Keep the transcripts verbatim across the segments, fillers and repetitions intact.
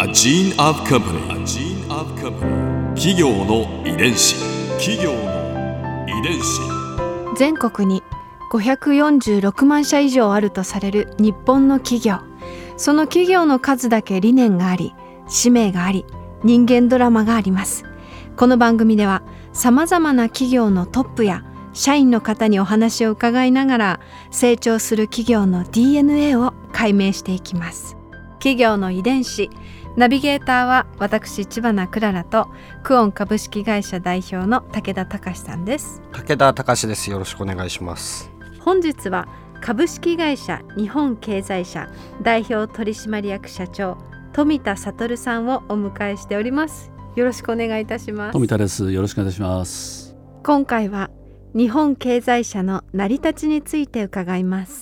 gene of company. A gene of company. 企業の遺伝子。企業の遺伝子。 全国にごひゃくよんじゅうろくまん社以上あるとされる日本の企業。その企業の数だけ理念があり、使命があり、人間ドラマがあります。この番組ではさまざまな企業のトップや社員の方にお話を伺いながら、成長する企業の ディーエヌエー を解明していきます。企業の遺伝子。ナビゲーターは私知花くららとクオン株式会社代表の武田隆さんです。 武田隆です。よろしくお願いします。 本日は株式会社日本経済社代表取締役社長富田悟さんをお迎えしております。よろしくお願いいたします。 富田です。よろしくお願いします。 今回は日本経済社の成り立ちについて伺います。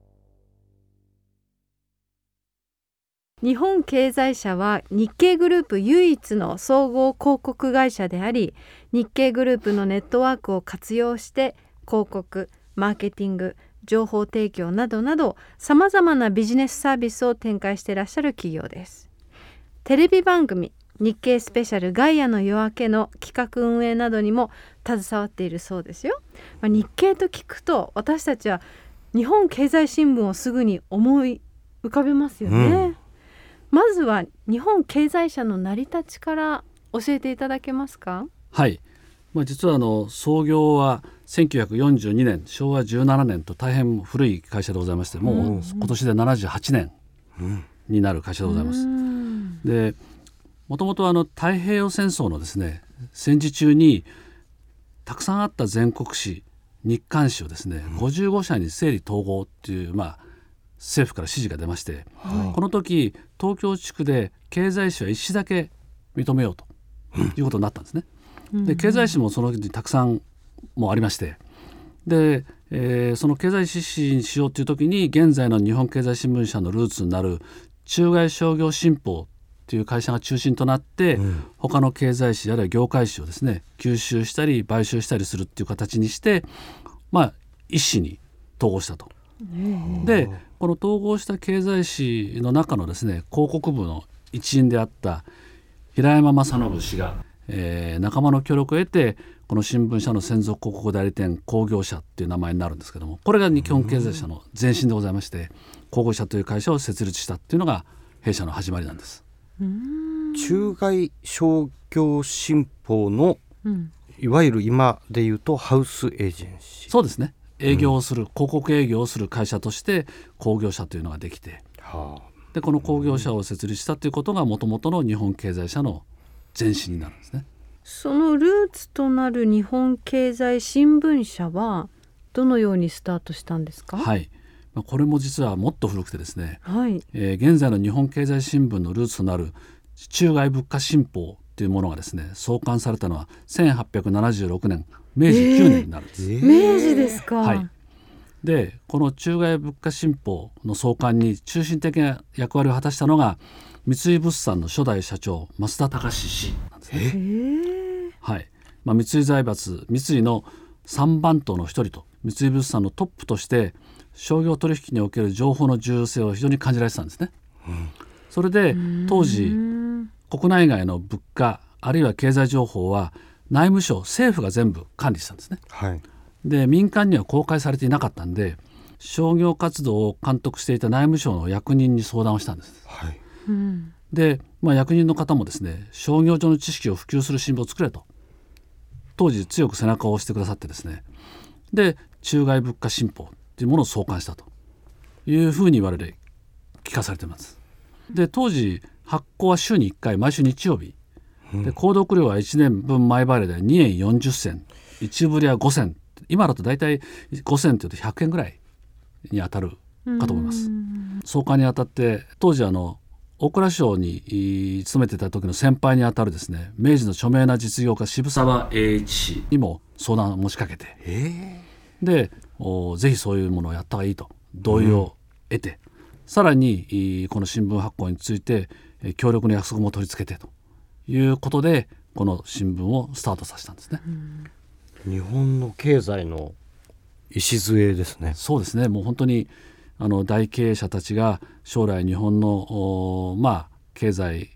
日本経済社は日経グループ唯一の総合広告会社であり、日経グループのネットワークを活用して広告、マーケティング、情報提供などなどさまざまなビジネスサービスを展開していらっしゃる企業です。テレビ番組日経スペシャルガイアの夜明けの企画運営などにも携わっているそうですよ。まあ、日経と聞くと私たちは日本経済新聞をすぐに思い浮かべますよね。うん、まずは日本経済社の成り立ちから教えていただけますか？ はい、まあ、実はあの創業はせんきゅうひゃくよんじゅうにねんしょうわじゅうななねんと大変古い会社でございまして、もう今年でななじゅうはちねんになる会社でございます。でもともとあの太平洋戦争のですね戦時中にたくさんあった全国紙日刊紙をですね、うん、ごじゅうごしゃに整理統合っていう、まあ、政府から指示が出まして、はい、この時東京地区で経済紙は一紙だけ認めようということになったんですね。うん、で経済紙もその時にたくさんもありまして、で、えー、その経済指針にしようという時に現在の日本経済新聞社のルーツになる中外商業新報という会社が中心となって、うん、他の経済誌あるいは業界誌をですね吸収したり買収したりするっていう形にして、まあ、一紙に統合したと。でこの統合した経済誌の中のですね広告部の一員であった平山正信氏が、えー、仲間の協力を得てこの新聞社の専属広告代理店興業社っていう名前になるんですけども、これが日本経済社の前身でございまして、興業社という会社を設立したっていうのが弊社の始まりなんです。 中外商業新報の、うん、いわゆる今でいうとハウスエージェンシー。 そうですね。営業をする、うん、広告営業をする会社として興業社というのができて、はあ、でこの興業社を設立したということがもともとの日本経済社の前身になるんですね。 そのルーツとなる日本経済新聞社はどのようにスタートしたんですか？ はい、これも実はもっと古くてですね、 はいえー、現在の日本経済新聞のルーツとなる中外物価新報というものがですね創刊されたのはせんはっぴゃくななじゅうろくねんめいじきゅうねんになるんです。 えー、明治ですか？ はい。でこの中外物価新報の創刊に中心的な役割を果たしたのが三井物産の初代社長増田隆氏なんですね。 えーはいまあ、三井財閥三井の三番頭の一人と三井物産のトップとして商業取引における情報の重要性を非常に感じられてたんですね。うん、それで当時国内外の物価あるいは経済情報は内務省政府が全部管理したんですね。 はい、 で民間には公開されていなかったんで商業活動を監督していた内務省の役人に相談をしたんです。 はい、 で、まあ、役人の方もですね商業上の知識を普及する新聞を作れと当時強く背中を押してくださってですね、で中外物価新報というものを創刊したというふうに言われて聞かされています。で当時発行は週にいっかい毎週日曜日で購読料はいちねんぶん前払いでにえんよんじゅっせんいちぶりはごせん今だとだいたいごせんというとひゃくえんぐらいに当たるかと思います。創刊にあたって当時あの大蔵省に勤めていた時の先輩にあたるですね明治の著名な実業家渋沢栄一氏にも相談を持ちかけて、 えー、でぜひそういうものをやった方がいいと同意を得て、うん、さらにこの新聞発行について協力の約束も取り付けてということでこの新聞をスタートさせたんですね。 うん、日本の経済の礎ですね。 そうですね。もう本当にあの大経営者たちが将来日本の、まあ、経済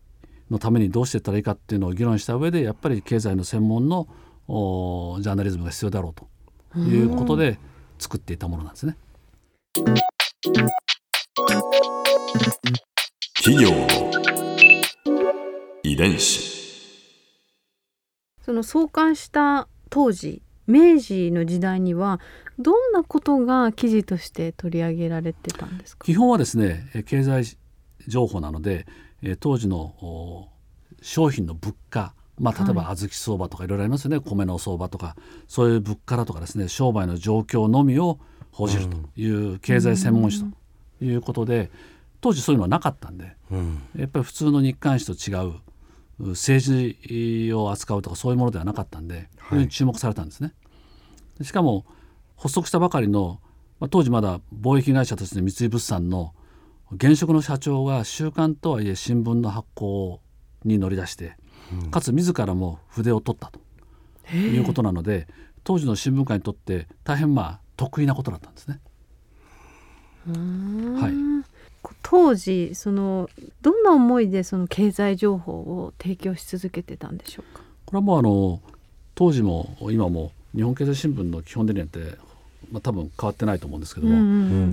のためにどうしていったらいいかっていうのを議論した上で、やっぱり経済の専門のジャーナリズムが必要だろうということで作っていたものなんですね。 企業の遺伝子。 その創刊した当時、明治の時代にはどんなことが記事として取り上げられてたんですか？ 基本はですね、経済情報なので、当時の商品の物価、まあ、例えば小豆相場とかいろいろありますよね、はい、米の相場とか、そういう物価だとかですね、商売の状況のみを報じるという経済専門誌ということで、当時そういうのはなかったんで、うん、やっぱり普通の日刊誌と違う政治を扱うとかそういうものではなかったんで、はい、注目されたんですね。しかも発足したばかりの、まあ、当時まだ貿易会社として三井物産の現職の社長が週刊とはいえ新聞の発行に乗り出して、うん、かつ自らも筆を取ったということなので、当時の新聞界にとって大変まあ得意なことだったんですね。 うーん、 はい、 当時そのどんな思いでその経済情報を提供し続けてたんでしょうか？ これはもうあの当時も今も日本経済新聞の基本理念って、まあ、多分変わってないと思うんですけども、うんうん、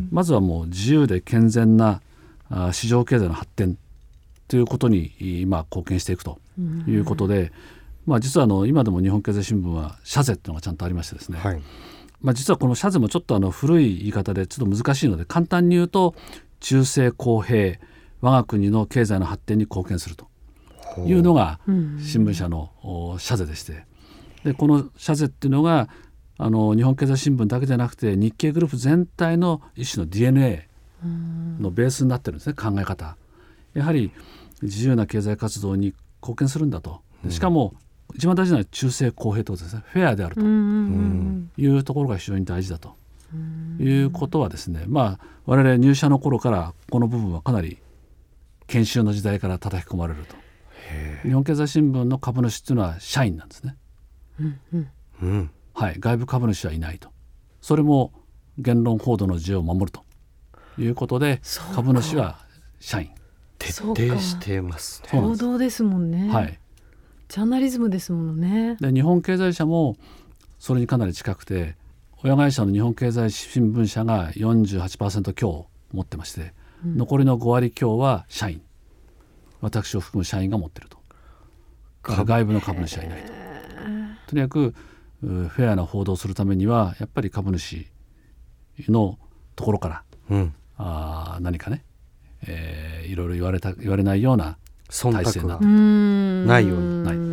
まずはもう自由で健全なあ市場経済の発展ということに今貢献していくということで、うんまあ、実はあの今でも日本経済新聞は社税っていうのがちゃんとありましてですね、はいまあ、実はこの社税もちょっとあの古い言い方でちょっと難しいので、簡単に言うと中正公平、我が国の経済の発展に貢献するというのが新聞社の社税でして、でこの社税っていうのがあの日本経済新聞だけじゃなくて日経グループ全体の一種の ディーエヌエー のベースになってるんですね。考え方、やはり自由な経済活動に貢献するんだと。しかも一番大事なのは中正公平ということですね。フェアであるというところが非常に大事だということはですね、まあ我々入社の頃からこの部分はかなり研修の時代から叩き込まれると。日本経済新聞の株主というのは社員なんですね、うんうんうんはい、外部株主はいないと。それも言論報道の自由を守るということで、株主は社員。 徹底してますね。 報道ですもんね、はい、ジャーナリズムですものね。 で日本経済社もそれにかなり近くて、親会社の日本経済新聞社が よんじゅうはちパーセント 強持ってまして、うん、残りのご割強は社員、私を含む社員が持っていると。外部の株主はいないと。とにかくフェアな報道をするためにはやっぱり株主のところから、うん、あ何かね、えー、いろいろ言われた言われないような体制になっていると。 ないようにない、うん、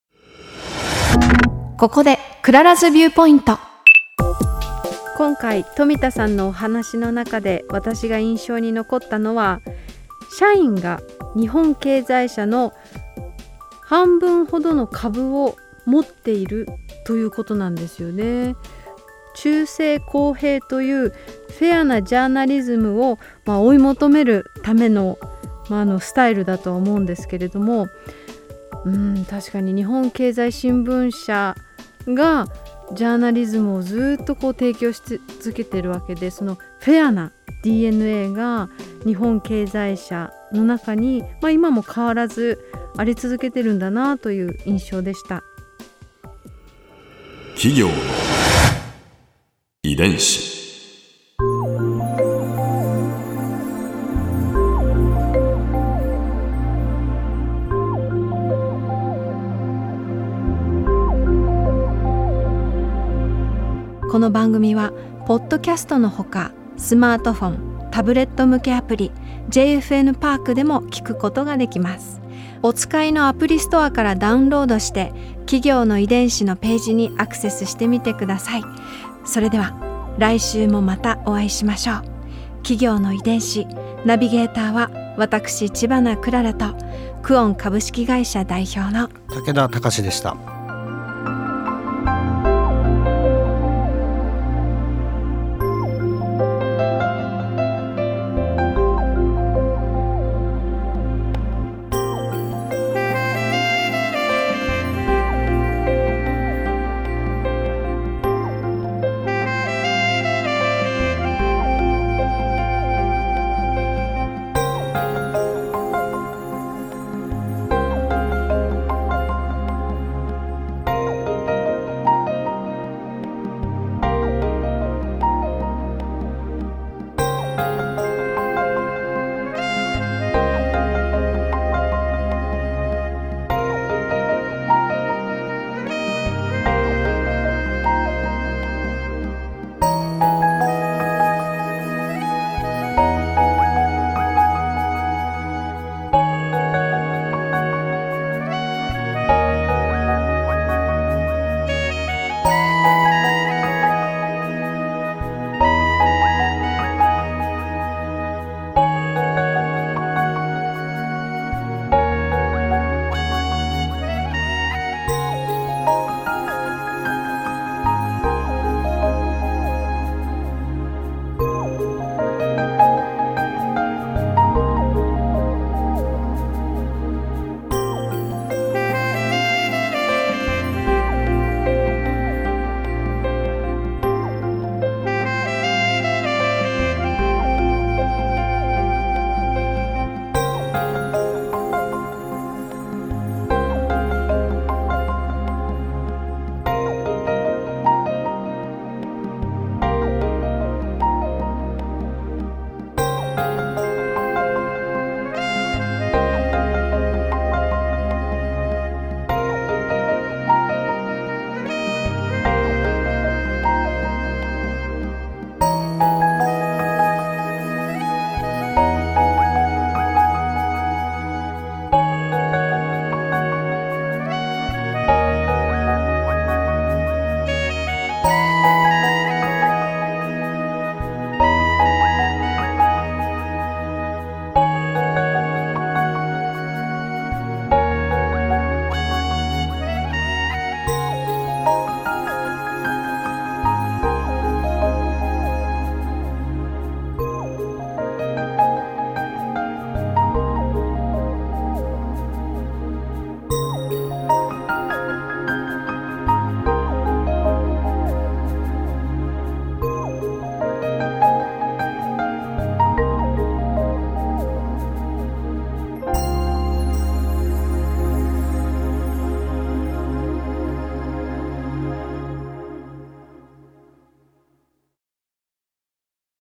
ここでクララズビューポイント。今回富田さんのお話の中で私が印象に残ったのは、社員が日本経済社の半分ほどの株を持っているということなんですよね。中正公平というフェアなジャーナリズムを、まあ、追い求めるための、まあ、あのスタイルだとは思うんですけれども、うん確かに日本経済新聞社がジャーナリズムをずっとこう提供し続けているわけで、そのフェアな ディーエヌエー が日本経済社の中に、まあ、今も変わらずあり続けてるんだなという印象でした。 企業の遺伝子。 この番組はポッドキャストのほかスマートフォン、タブレット向けアプリ ジェイエフエヌ パークでも聞くことができます。お使いのアプリストアからダウンロードして企業の遺伝子のページにアクセスしてみてください。それでは来週もまたお会いしましょう。企業の遺伝子ナビゲーターは私知花くららとクオン株式会社代表の武田隆でした。